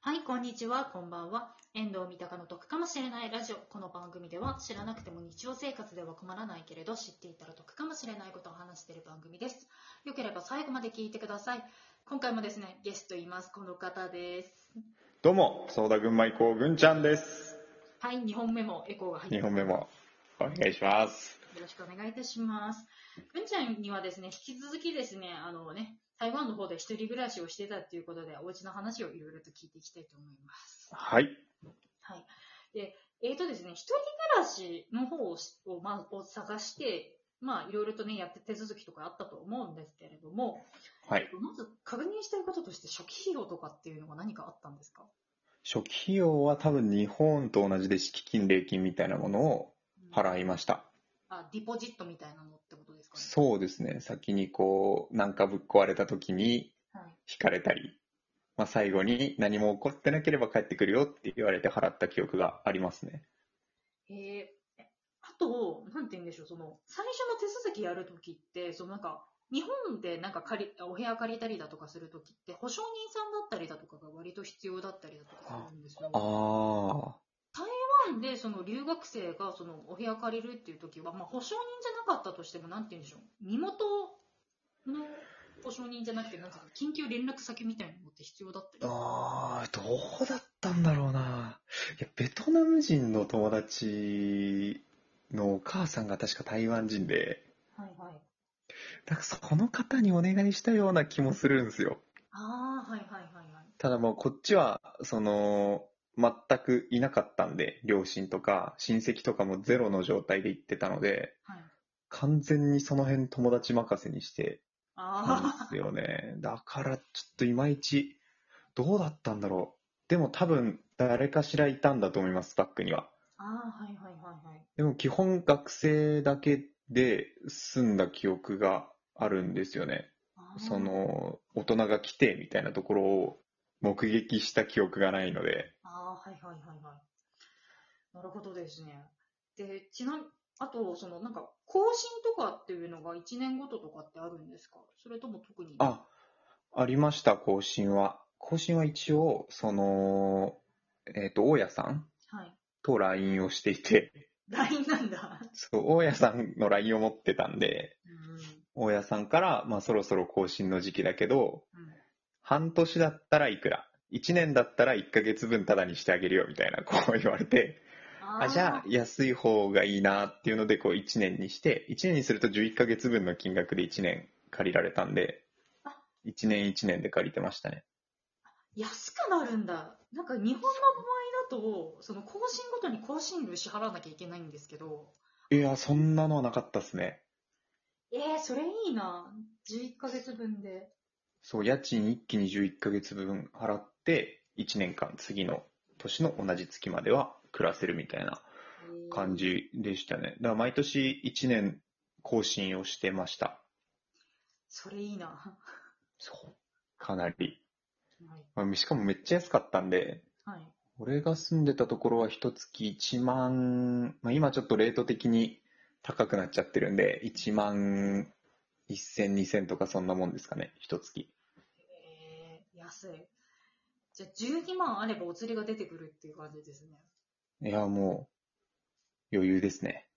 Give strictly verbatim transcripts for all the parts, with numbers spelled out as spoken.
はい、こんにちは、こんばんは。遠藤三鷹の得かもしれないラジオ。この番組では知らなくても日常生活では困らないけれど知っていたら得かもしれないことを話している番組です。よければ最後まで聞いてください。今回もですね、ゲストいます。この方です。 どうも、ソーダ群馬以降、ぐんちゃんです。 はい、にほんめもエコーが入ってにほんめもお願いします。 よろしくお願いいたします。ぐんちゃんにはですね、引き続きですね、あのね、台湾の方で一人暮らしをしてたっていうことで、お家の話をいろいろと聞いていきたいと思います。 はい。 はい。で、えーとですね、一人暮らしの方を、まあ、を探して、まあ、いろいろとね、やって手続きとかあったと思うんですけれども、 はい。 まず確認していることとして、初期費用とかっていうのが何かあったんですか？ 初期費用は多分日本と同じで敷金、礼金みたいなものを払いました。 うん、あ、ディポジットみたいなのってことですかね？ そうですね。先にこう、なんかぶっ壊れた時に引かれたり、はい、まあ、最後に何も起こってなければ帰ってくるよって言われて払った記憶がありますね。 えー、あと、なんて言うんでしょう、その、最初の手続きやるときって、そのなんか、日本でなんか借り、お部屋借りたりだとかするときって、保証人さんだったりだとかが割と必要だったりだとかするんですよ。 ああ。 台湾でその留学生がそのお部屋借りるっていうときは、まあ、保証人じゃなかったとしても、なんて言うんでしょう、身元の保証人じゃなくて、なんていうか、緊急連絡先みたいなのって必要だったり。 ああ、どうだったんだろうな。いや、ベトナム人の友達のお母さんが確か台湾人で、 はいはい。 だからその方にお願いしたような気もするんですよ。 ああ、はいはいはいはい。 ただもうこっちは、その、全くいなかったんで、両親とか親戚とかもゼロの状態で行ってたので、 はい、 完全にその辺友達任せにしてたんであすよね。だからちょっといまいち、どうだったんだろう。でも多分誰かしらいたんだと思います、バックには。 あ、ああ、はいはいはいはい。 でも基本学生だけで住んだ記憶があるんですよね。その、大人が来てみたいなところを目撃した記憶がないので。 ああ、はいはいはいはい。なるほどですね。で、ちなみに、あと、その、なんか、更新とかっていうのがいちねんごととかってあるんですか？それとも特に？ あ、ありました、更新は。更新は一応、その、えっと、大家さんはい。 と ライン をしていて、 ライン なんだ。 そう、大家さんの ライン を持ってたんで、 うん、 大家さんから、まあそろそろ更新の時期だけど、 うん、 半年だったらいくら、いちねんだったらいっかげつぶんタダにしてあげるよみたいな、こう言われて、あ、じゃあ安い方がいいなっていうので、こういちねんにして、いちねんにするとじゅういっかげつぶんの金額でいちねん借りられたんで、いちねんいちねんで借りてましたね。 安くなるんだ。なんか日本の場合だと、その更新ごとに更新料支払わなきゃいけないんですけど。 いや、そんなのはなかったっすね。 えー、それいいな。じゅういっかげつぶんで。 そう、家賃一気にじゅういっかげつぶん払って、いちねんかん次の年の同じ月までは暮らせるみたいな感じでしたね。だから毎年いちねん更新をしてました。 それいいな。 そう。かなり。 はい、 まあ、しかもめっちゃ安かったんで、 はい、 俺が住んでたところは一月いちまん、まあ、今ちょっとレート的に高くなっちゃってるんで、いちまんせん、にせんとかそんなもんですかね、一月。 えー、安い。じゃあじゅうにまんあればお釣りが出てくるっていう感じですね。 いや、もう余裕ですね。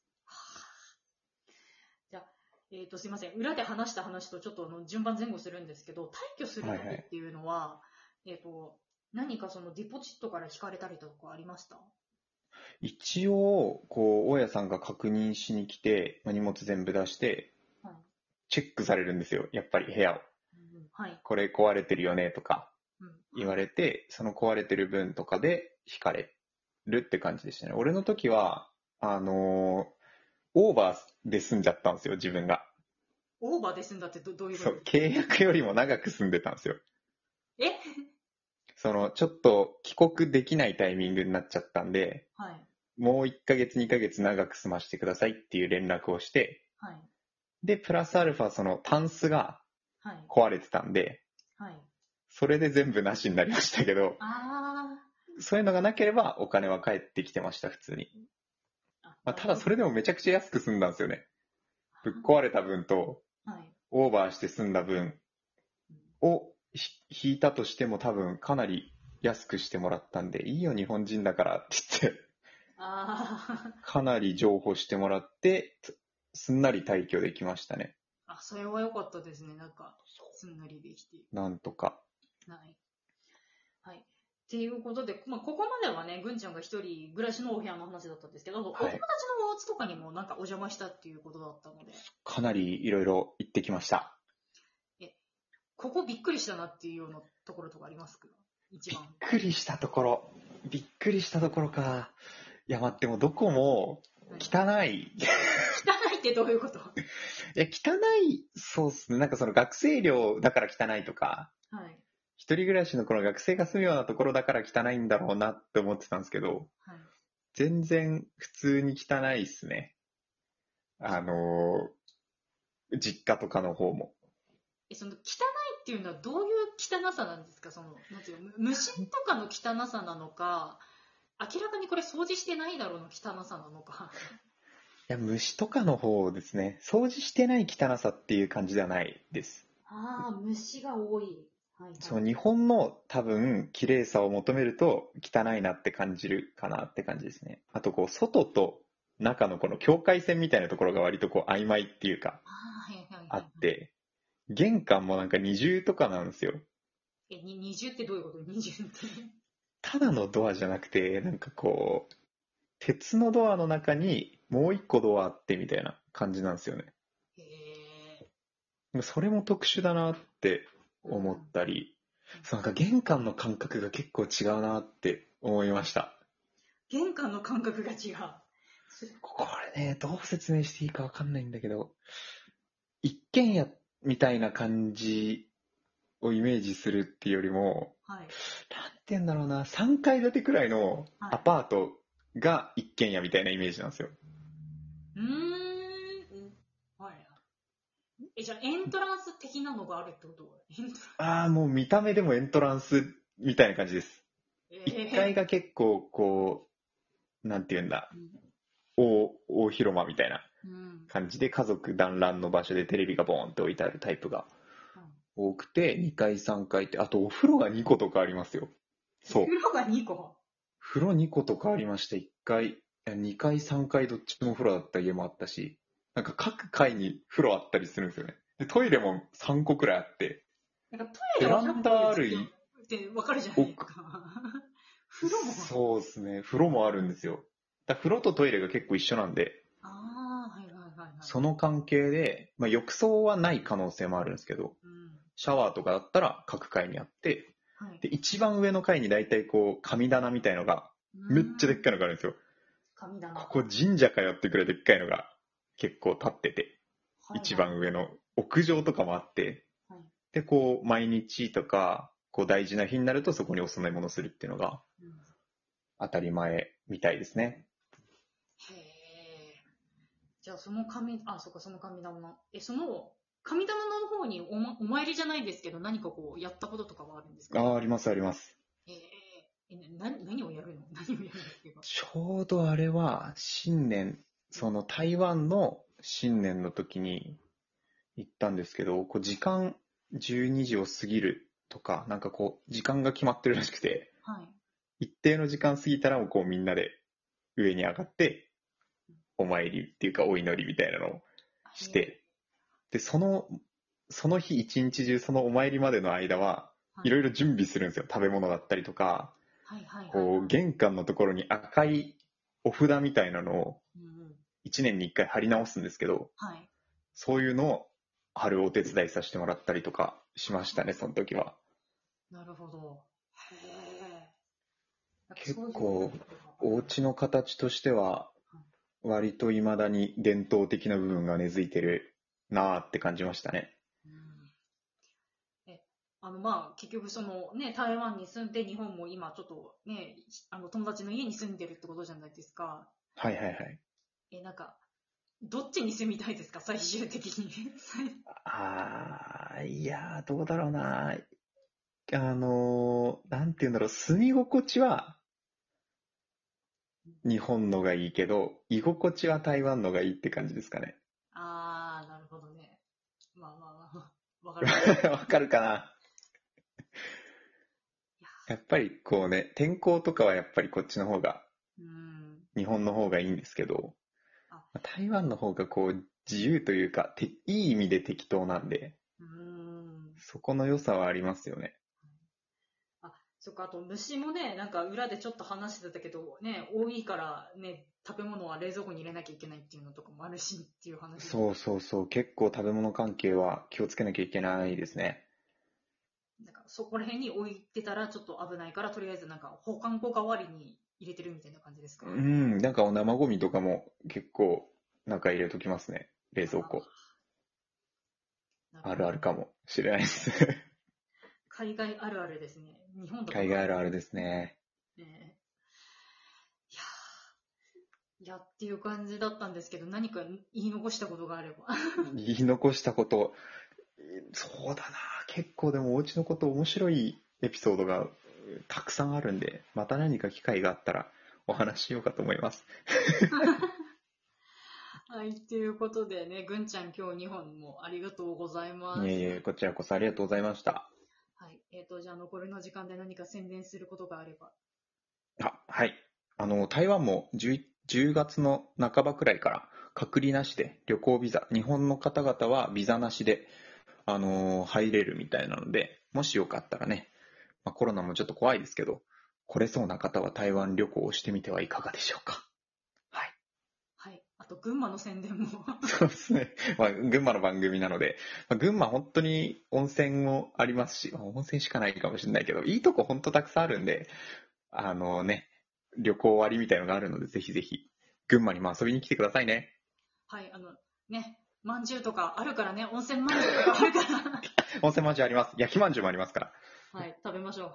じゃあ、えっ、ー、と、すいません。裏で話した話とちょっとあの順番前後するんですけど、退去するときっていうのは、はい、えっ、ー、と、何かそのディポジットから引かれたりとかありました？ 一応、こう、大家さんが確認しに来て、荷物全部出して、はい、チェックされるんですよ。やっぱり部屋を。うん、はい。これ壊れてるよねとか言われて、うん、はい、その壊れてる分とかで引かれるって感じでしたね。俺の時は、あのー、オーバーで住んじゃったんですよ、自分が。 オーバーで住んだって ど, どういうことですか？そう、契約よりも長く住んでたんですよ。 えその、ちょっと帰国できないタイミングになっちゃったんで、はい、もういっかげつ、にかげつ長く住ましてくださいっていう連絡をして、はい、で、プラスアルファ、その、タンスが壊れてたんで、はいはい、それで全部なしになりましたけど、あそういうのがなければお金は返ってきてました、普通に。まあ、ただそれでもめちゃくちゃ安く済んだんですよね。ぶっ壊れた分と、オーバーして済んだ分を引いたとしても多分かなり安くしてもらったんで、いいよ日本人だからって言って、 あかなり譲歩してもらって、すんなり退去できましたね。 あ、それは良かったですね。なんか、すんなりできて。 なんとか。 はい。はい。っていうことで、まあ、ここまではね、ぐんちゃんが一人暮らしのお部屋の話だったんですけど、はい、お友達のお家とかにもなんかお邪魔したっていうことだったので。 かなりいろいろ行ってきました。 え、ここびっくりしたなっていうようなところとかありますか？一番。 びっくりしたところ。びっくりしたところか。いや、待って、もどこも汚い。 汚いってどういうこと？いや、汚い、そうっすね。なんかその学生寮だから汚いとか、はい、一人暮らしのこの学生が住むようなところだから汚いんだろうなって思ってたんですけど、はい、全然普通に汚いっすね。あのー、実家とかの方も。 え、その汚いっていうのはどういう汚さなんですか？その、なんていうの、虫とかの汚さなのか、明らかにこれ掃除してないだろうの汚さなのか。 いや、虫とかの方ですね。掃除してない汚さっていう感じではないです。 ああ、虫が多い。はいはい、 そう、日本の多分、綺麗さを求めると汚いなって感じるかなって感じですね。あと、こう、外と中のこの境界線みたいなところが割とこう曖昧っていうか、あって、玄関もなんか二重とかなんですよ。 え、に二重ってどういうこと？二重って。 ただのドアじゃなくて、なんかこう、鉄のドアの中にもう一個ドアあってみたいな感じなんですよね。へー。それも特殊だなって思ったり、うん、そうなんか玄関の感覚が結構違うなって思いました。 玄関の感覚が違う。 これね、どう説明していいかわかんないんだけど、一軒家みたいな感じをイメージするっていうよりも、はい、なんて言うんだろうな、さんかい建てくらいのアパートが一軒家みたいなイメージなんですよ。 うーん。はい。え、じゃあエントランス的なのがあるってこと？ ああ、もう見た目でもエントランスみたいな感じです。えー、いっかいが結構こう、なんて言うんだ、うん、大、大広間みたいな感じで家族団らんの場所でテレビがボーンって置いてあるタイプが多くて、にかいさんかいって、あとお風呂がにことかありますよ。 そう。お風呂がにこ？ 風呂にことかありました。いっかい、にかいさんかいどっちもお風呂だった家もあったし、なんか各階に風呂あったりするんですよね。でトイレもさんこくらいあって、 なんかトイレはひゃっこあるってわかるじゃないですか。風呂もそうですね。風呂もあるんですよ。だ風呂とトイレが結構一緒なんで、 あはいはいはいはい、 その関係で、まあ、浴槽はない可能性もあるんですけど、うん、シャワーとかだったら各階にあって、はい、で一番上の階に大体こう神棚みたいのがめっちゃでっかいのがあるんですよ。神棚。ここ神社かよってくらいでっかいのが結構立ってて、はいはい、一番上の屋上とかもあって、はい、でこう毎日とかこう大事な日になるとそこにお供え物するっていうのが当たり前みたいですね。 へえ。じゃあその神、あ、そっか、その神棚。え、その神棚の方にお、ま、お参りじゃないですけど、何かこうやったこととかはあるんですか？ ああ、ありますあります。 えー、えな、何をやるの？何をやるんですか？ ちょうどあれは新年、その台湾の新年の時に行ったんですけど、こう時間じゅうにじを過ぎるとか、なんかこう時間が決まってるらしくて、はい、一定の時間過ぎたらもうこうみんなで上に上がってお参りっていうかお祈りみたいなのをして、でそのその日一日中そのお参りまでの間はいろいろ準備するんですよ。食べ物だったりとか、はいはいはいはい、こう玄関のところに赤いお札みたいなのをいちねんにいっかい貼り直すんですけど、はい、そういうのを貼るお手伝いさせてもらったりとかしましたね、その時は。 なるほど。へー。結構お家の形としては割と未だに伝統的な部分が根付いてるなーって感じましたね。 あのまあ結局そのね台湾に住んで日本も今ちょっとねあの友達の家に住んでるってことじゃないですか。 はいはいはい。 えなんかどっちに住みたいですか最終的に？ ああいやどうだろうな。あのー、なんていうんだろう、住み心地は日本のがいいけど居心地は台湾のがいいって感じですかね。 ああなるほどね。まあまあまあわかる。 わかるかな。 やっぱりこうね、天候とかはやっぱりこっちの方が、 うん、 日本の方がいいんですけど、台湾の方がこう自由というか、ていい意味で適当なんで、 うん、 そこの良さはありますよね。 あ、そっか、あと虫もね、なんか裏でちょっと話してたけど、ね、多いからね、食べ物は冷蔵庫に入れなきゃいけないっていうのとかもあるしっていう話。 そうそうそう、結構食べ物関係は気をつけなきゃいけないですね。 なんかそこら辺に置いてたらちょっと危ないから、とりあえずなんか保管庫代わりに入れてるみたいな感じですか？ うん、なんか生ゴミとかも結構中入れときますね、冷蔵庫。あるあるかもしれないです。 海外あるあるですね。日本とか海外あるあるですね。 ね、いやいやっていう感じだったんですけど、何か言い残したことがあれば。 言い残したこと、そうだな、結構でもお家のこと面白いエピソードがたくさんあるんで、また何か機会があったらお話ししようかと思います。 はい、ということでね、ぐんちゃん今日にほんもありがとうございます。 いえいえ、こちらこそありがとうございました。 はい、えっと、じゃあ残りの時間で何か宣伝することがあれば。 あ、はい。あの、台湾も 10, じゅうがつの半ばくらいから隔離なしで旅行ビザ、日本の方々はビザなしで、あのー入れるみたいなので、もしよかったらね、まあ、コロナもちょっと怖いですけど、来れそうな方は台湾旅行をしてみてはいかがでしょうか。はい。 はい。あと、群馬の宣伝も。 そうですね。まあ、群馬の番組なので、まあ、群馬本当に温泉もありますし、まあ温泉しかないかもしれないけど、いいとこ本当たくさんあるんで、あのね、旅行割みたいのがあるので、ぜひぜひ、群馬にも遊びに来てくださいね。 はい、あの、ね、まんじゅうとかあるからね、温泉まんじゅうとかあるから。 温泉まんじゅうあります。焼きまんじゅうもありますから。 はい、食べましょう。